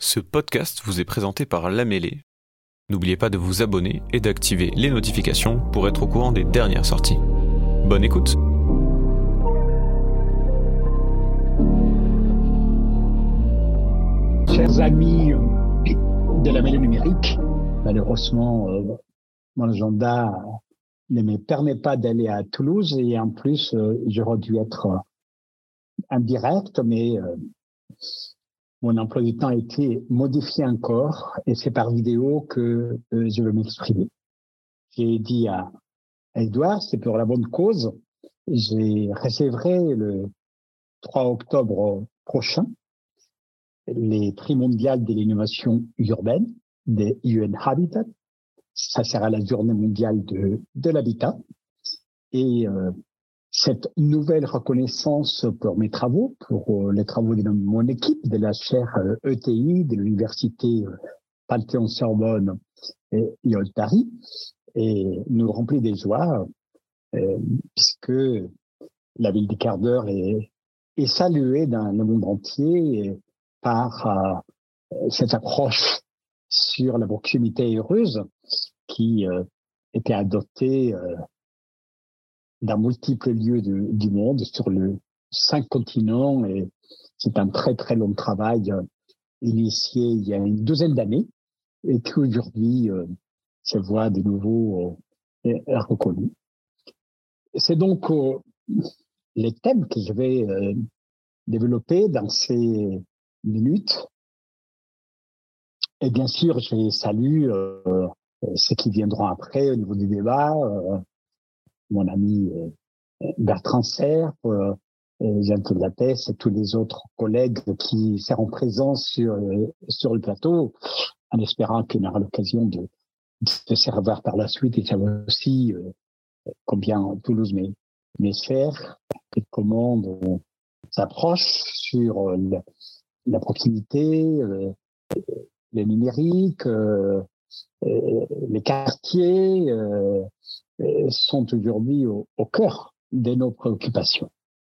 Ce podcast vous est présenté par La Mêlée. N'oubliez pas de vous abonner et d'activer les notifications pour être au courant des dernières sorties. Bonne écoute! Chers amis de La Mêlée numérique, malheureusement, mon agenda ne me permet pas d'aller à Toulouse et en plus, j'aurais dû être en direct, mais mon emploi du temps a été modifié encore et c'est par vidéo que je veux m'exprimer. J'ai dit à Edouard, c'est pour la bonne cause, j'ai recevrai le 3 octobre prochain les prix mondiaux de l'innovation urbaine des UN Habitat. Ça sera la journée mondiale de l'habitat. Et cette nouvelle reconnaissance pour mes travaux, pour les travaux de mon équipe, de la chaire ETI, de l'université Panthéon-Sorbonne et Paris, et nous remplit des joies, puisque la ville des quarts d'heure est saluée dans le monde entier par cette approche sur la proximité heureuse qui était adoptée dans multiples lieux du monde, sur le 5 continents, et c'est un très très long travail initié il y a une douzaine d'années et qui aujourd'hui se voit de nouveau reconnu. C'est donc les thèmes que je vais développer dans ces minutes. Et bien sûr, je salue ceux qui viendront après au niveau du débat, mon ami Bertrand Serre, Jean-Claude Lattès et tous les autres collègues qui seront présents sur le plateau, en espérant qu'on aura l'occasion de se revoir par la suite et savoir aussi combien Toulouse m'est chère et comment on s'approche sur la proximité, le numérique, les quartiers sont aujourd'hui au cœur de nos préoccupations.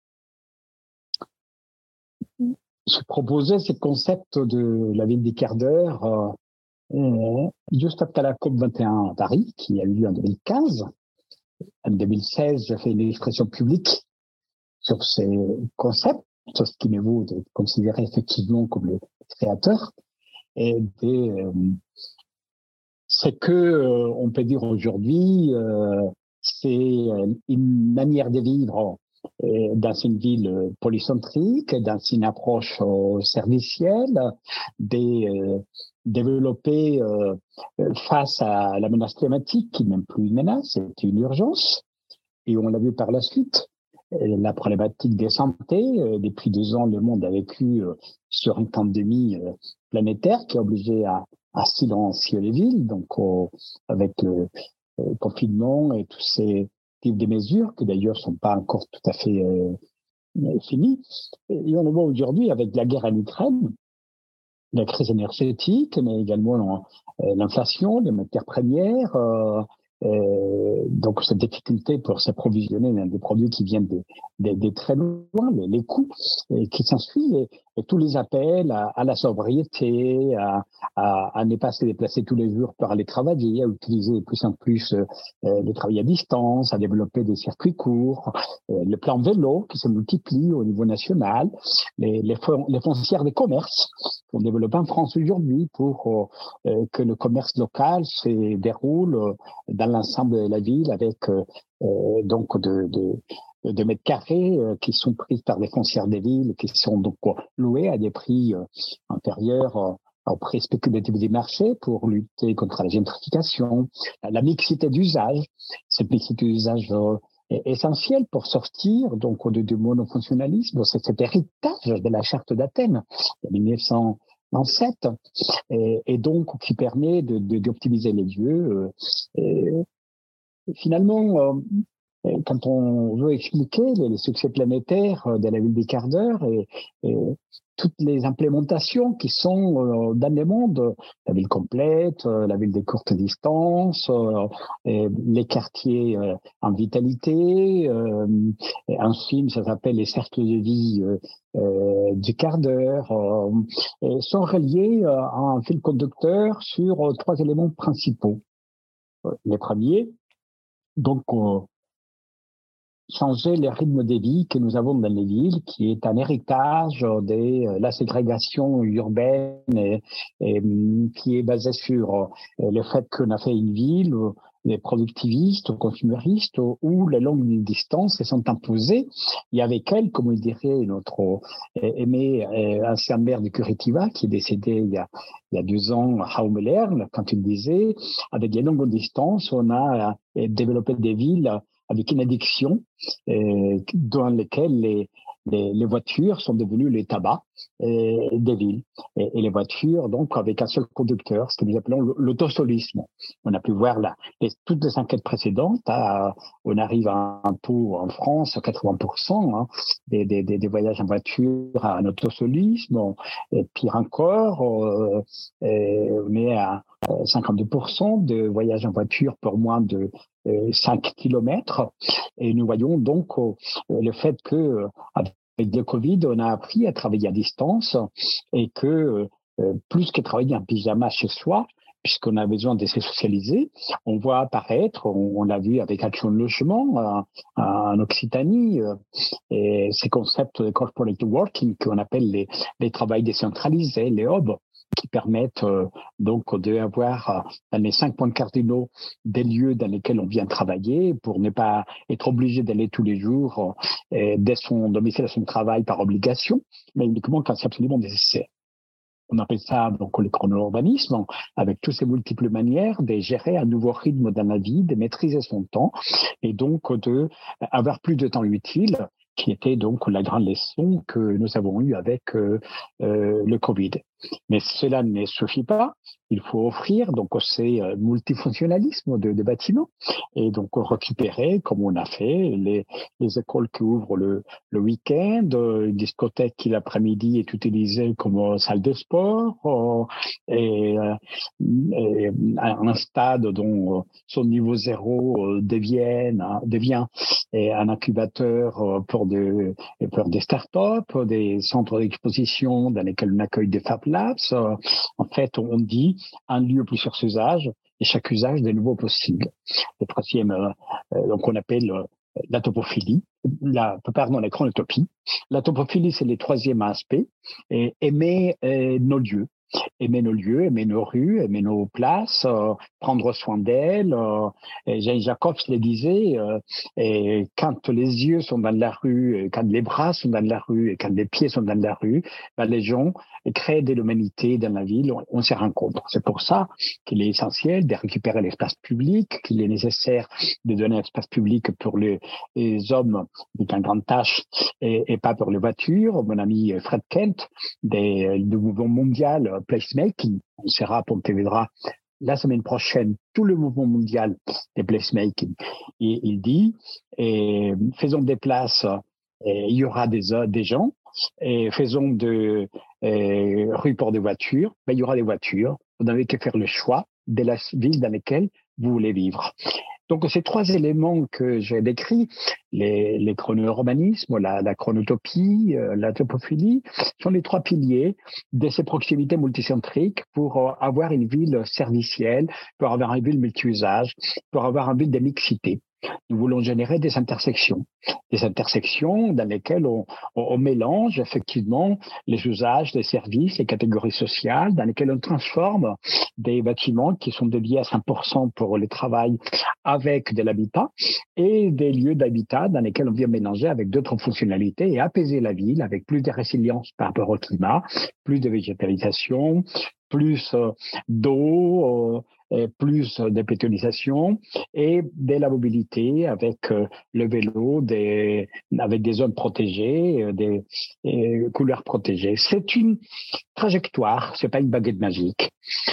Je proposais ce concept de la ville des quarts d'heure juste après la COP21 à Paris, qui a eu lieu en 2015. En 2016, j'ai fait une expression publique sur ces concepts, ce qui me vaut de considérer effectivement comme le créateur. Et ce que on peut dire aujourd'hui, c'est une manière de vivre dans une ville polycentrique, dans une approche servicielle, développer face à la menace climatique, qui n'est même plus une menace, c'est une urgence. Et on l'a vu par la suite, la problématique des santé. Depuis 2 ans, le monde a vécu sur une pandémie planétaire qui a obligé à silencier les villes, donc avec le confinement et tous ces types de mesures qui d'ailleurs sont pas encore tout à fait finies. Et on le voit aujourd'hui avec la guerre en Ukraine, la crise énergétique, mais également l'inflation, les matières premières, donc cette difficulté pour s'approvisionner dans des produits qui viennent de très loin, les coûts qui s'ensuivent, et tous les appels à la sobriété, à ne pas se déplacer tous les jours pour aller travailler, à utiliser de plus en plus le travail à distance, à développer des circuits courts, le plan vélo qui se multiplie au niveau national, les foncières des commerces qu'on développe en France aujourd'hui pour que le commerce local se déroule dans l'ensemble de la ville avec donc de mètres carrés qui sont pris par les foncières des villes, qui sont donc loués à des prix inférieurs au prix spéculatif des marchés pour lutter contre la gentrification, la mixité d'usage, cette mixité d'usage est essentielle pour sortir donc du monofonctionnalisme. C'est cet héritage de la charte d'Athènes de 1907 et donc qui permet d'optimiser les lieux. Finalement, quand on veut expliquer les succès planétaires de la ville des quarts d'heure, toutes les implémentations qui sont dans le monde, la ville complète, la ville de courte distance, les quartiers en vitalité. Un film, ça s'appelle Les cercles de vie du quart d'heure, sont reliés à un fil conducteur sur trois éléments principaux. Les premiers, donc, changer les rythmes de vie que nous avons dans les villes, qui est un héritage de la ségrégation urbaine et qui est basé sur le fait qu'on a fait une ville les productivistes, consuméristes, où les longues distances se sont imposées. Et avec elles, comme il dirait notre aimé ancien maire de Curitiba, qui est décédé il y a 2 ans, Jaume Lerner, quand il disait, avec les longues distances, on a développé des villes avec une addiction dans lesquelles les voitures sont devenues les tabacs des villes. Et les voitures, donc, avec un seul conducteur, ce que nous appelons l'autosolisme. On a pu voir là, toutes les enquêtes précédentes, on arrive à un taux en France, 80%, des voyages en voiture à un autosolisme. Et pire encore, on est à 52% de voyages en voiture pour moins de 5 kilomètres. Et nous voyons donc le fait que avec le Covid, on a appris à travailler à distance et que plus que travailler en pyjama chez soi, puisqu'on a besoin de se socialiser, on voit apparaître, on l'a vu avec Action Logement en Occitanie, et ces concepts de corporate working qu'on appelle les travails décentralisés, les hubs, qui permettent donc d'avoir dans les 5 points cardinaux des lieux dans lesquels on vient travailler pour ne pas être obligé d'aller tous les jours dès son domicile à son travail par obligation, mais uniquement quand c'est absolument nécessaire. On appelle ça donc le chrono-urbanisme, avec toutes ces multiples manières de gérer un nouveau rythme dans la vie, de maîtriser son temps et donc d'avoir plus de temps utile, qui était donc la grande leçon que nous avons eue avec le Covid. Mais cela ne suffit pas. Il faut offrir donc ces multifonctionnalismes de bâtiments et donc récupérer, comme on a fait, les écoles qui ouvrent le week-end, une discothèque qui l'après-midi est utilisée comme salle de sport, et un stade dont son niveau zéro devient un incubateur pour des startups, des centres d'exposition dans lesquels on accueille des Fab Labs. En fait, on dit un lieu plusieurs usages et chaque usage des nouveaux possibles. Le troisième, donc on appelle la topophilie, la chronotopie. La topophilie, c'est le troisième aspect, et aimer nos lieux. Aimer nos lieux, aimer nos rues, aimer nos places, prendre soin d'elles. Jean Jacobs le disait, et quand les yeux sont dans la rue, quand les bras sont dans la rue et quand les pieds sont dans la rue, les gens créent de l'humanité dans la ville, on se rencontre. C'est pour ça qu'il est essentiel de récupérer l'espace public, qu'il est nécessaire de donner un espace public pour les hommes avec une grande tâche et pas pour les voitures. Mon ami Fred Kent, du mouvement mondial Placemaking, on sera pour TVDRA la semaine prochaine tout le mouvement mondial des placemaking. Et il dit, faisons des places, il y aura des gens, et faisons de rues pour des voitures, il y aura des voitures. Vous n'avez que faire le choix de la ville dans laquelle vous voulez vivre. Donc, ces 3 éléments que j'ai décrits, les chrono-urbanismes, la chronotopie, la topophilie, sont les 3 piliers de ces proximités multicentriques pour avoir une ville servicielle, pour avoir une ville multi-usage, pour avoir une ville de mixité. Nous voulons générer des intersections dans lesquelles on mélange effectivement les usages, les services, les catégories sociales, dans lesquelles on transforme des bâtiments qui sont dédiés à 100% pour le travail avec de l'habitat et des lieux d'habitat dans lesquels on vient mélanger avec d'autres fonctionnalités et apaiser la ville avec plus de résilience par rapport au climat, plus de végétalisation, plus d'eau, plus de bétonisation et de la mobilité avec le vélo, avec des zones protégées, des couleurs protégées. C'est une trajectoire, c'est pas une baguette magique.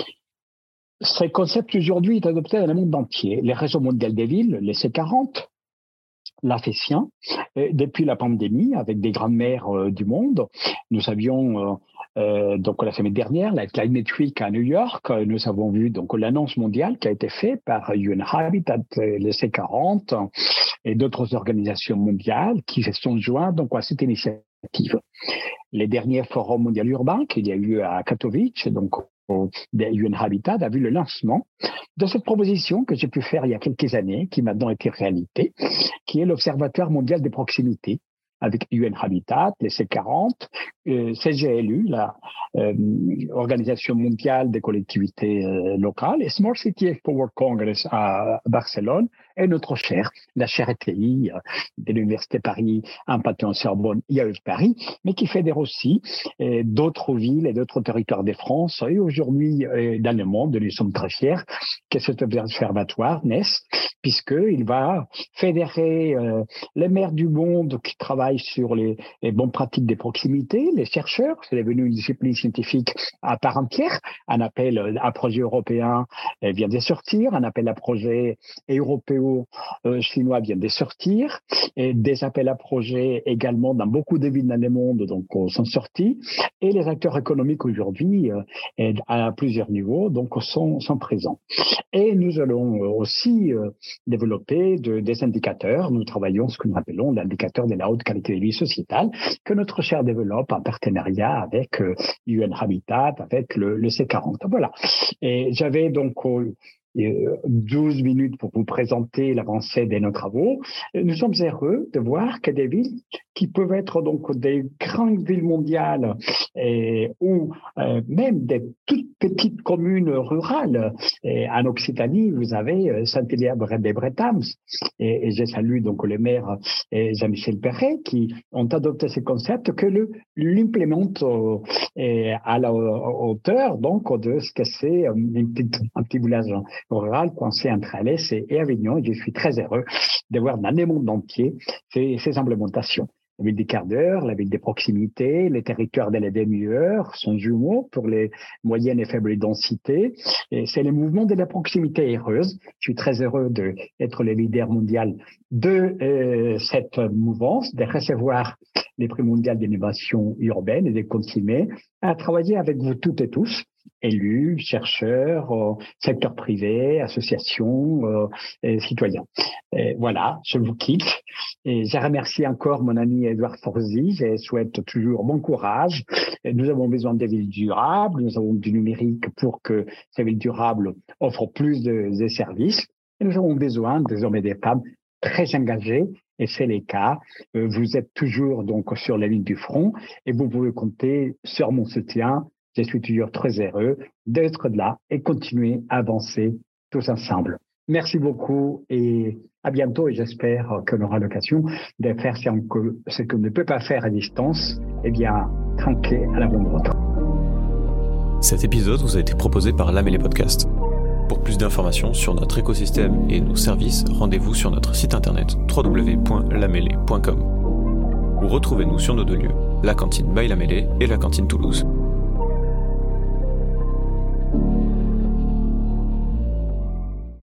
Ce concept aujourd'hui est adopté dans le monde entier. Les réseaux mondiaux des villes, les C40, l'a fait sien. Depuis la pandémie, avec des grandes-mères du monde, nous avions donc la semaine dernière, la Climate Week à New York, nous avons vu donc l'annonce mondiale qui a été faite par UN Habitat, le C40 et d'autres organisations mondiales qui se sont joints donc à cette initiative. Les derniers forums mondiaux urbains qu'il y a eu à Katowice, donc de UN Habitat, a vu le lancement de cette proposition que j'ai pu faire il y a quelques années, qui maintenant été réalité, qui est l'Observatoire mondial des proximités, avec UN Habitat, les C40, CGLU, la Organisation mondiale des collectivités locales, et Smart City Forward Congress à Barcelone, et notre chaire, la chaire ETI de l'Université Paris, en Panthéon-Sorbonne, IAE Paris, mais qui fédère aussi d'autres villes et d'autres territoires de France. Et aujourd'hui, dans le monde, nous sommes très fiers que cet observatoire naisse, puisqu'il va fédérer les maires du monde qui travaillent sur les bonnes pratiques des proximités, les chercheurs, c'est devenu une discipline scientifique à part entière. Un appel à projet européen vient de sortir, un appel à projet européo-chinois vient de sortir, et des appels à projet également dans beaucoup de villes dans le monde donc sont sortis, et les acteurs économiques aujourd'hui à plusieurs niveaux donc sont présents. Et nous allons aussi développer des indicateurs. Nous travaillons ce que nous appelons l'indicateur de la haute qualité de vie sociétale que notre chaire développe en partenariat avec UN Habitat, avec le C40. Voilà. Et j'avais donc 12 minutes pour vous présenter l'avancée de nos travaux. Nous sommes heureux de voir que des villes qui peuvent être donc des grandes villes mondiales ou même des toutes petites communes rurales. Et en Occitanie, vous avez Saint-Hilaire-des-Bretagne et je salue donc le maire Jean-Michel Perret qui ont adopté ce concept que l'implémente à la hauteur donc de ce que c'est un petit village rural coincé entre Alès et Avignon. Et je suis très heureux de voir dans le monde entier ces implémentations. La ville des quarts d'heure, la ville des proximités, les territoires de la demi-heure sont jumeaux pour les moyennes et faibles densités. Et c'est le mouvement de la proximité heureuse. Je suis très heureux d'être le leader mondial de cette mouvance, de recevoir les prix mondiaux d'innovation urbaine et de continuer à travailler avec vous toutes et tous, élus, chercheurs, secteur privé, associations, citoyens. Et voilà, je vous quitte. Et je remercie encore mon ami Edouard Forzi. Je souhaite toujours bon courage. Et nous avons besoin des villes durables. Nous avons du numérique pour que ces villes durables offrent plus de services. Et nous avons besoin des hommes et des femmes très engagés. Et c'est le cas. Vous êtes toujours donc sur la ligne du front et vous pouvez compter sur mon soutien. Je suis toujours très heureux d'être là et continuer à avancer tous ensemble. Merci beaucoup et à bientôt. Et j'espère qu'on aura l'occasion de faire ce qu'on ne peut pas faire à distance, eh bien, tranquille à la bonne route. Cet épisode vous a été proposé par Lamellé Podcast. Pour plus d'informations sur notre écosystème et nos services, rendez-vous sur notre site internet www.lamellé.com. Ou retrouvez-nous sur nos deux lieux, la cantine by Lamellé et la cantine Toulouse.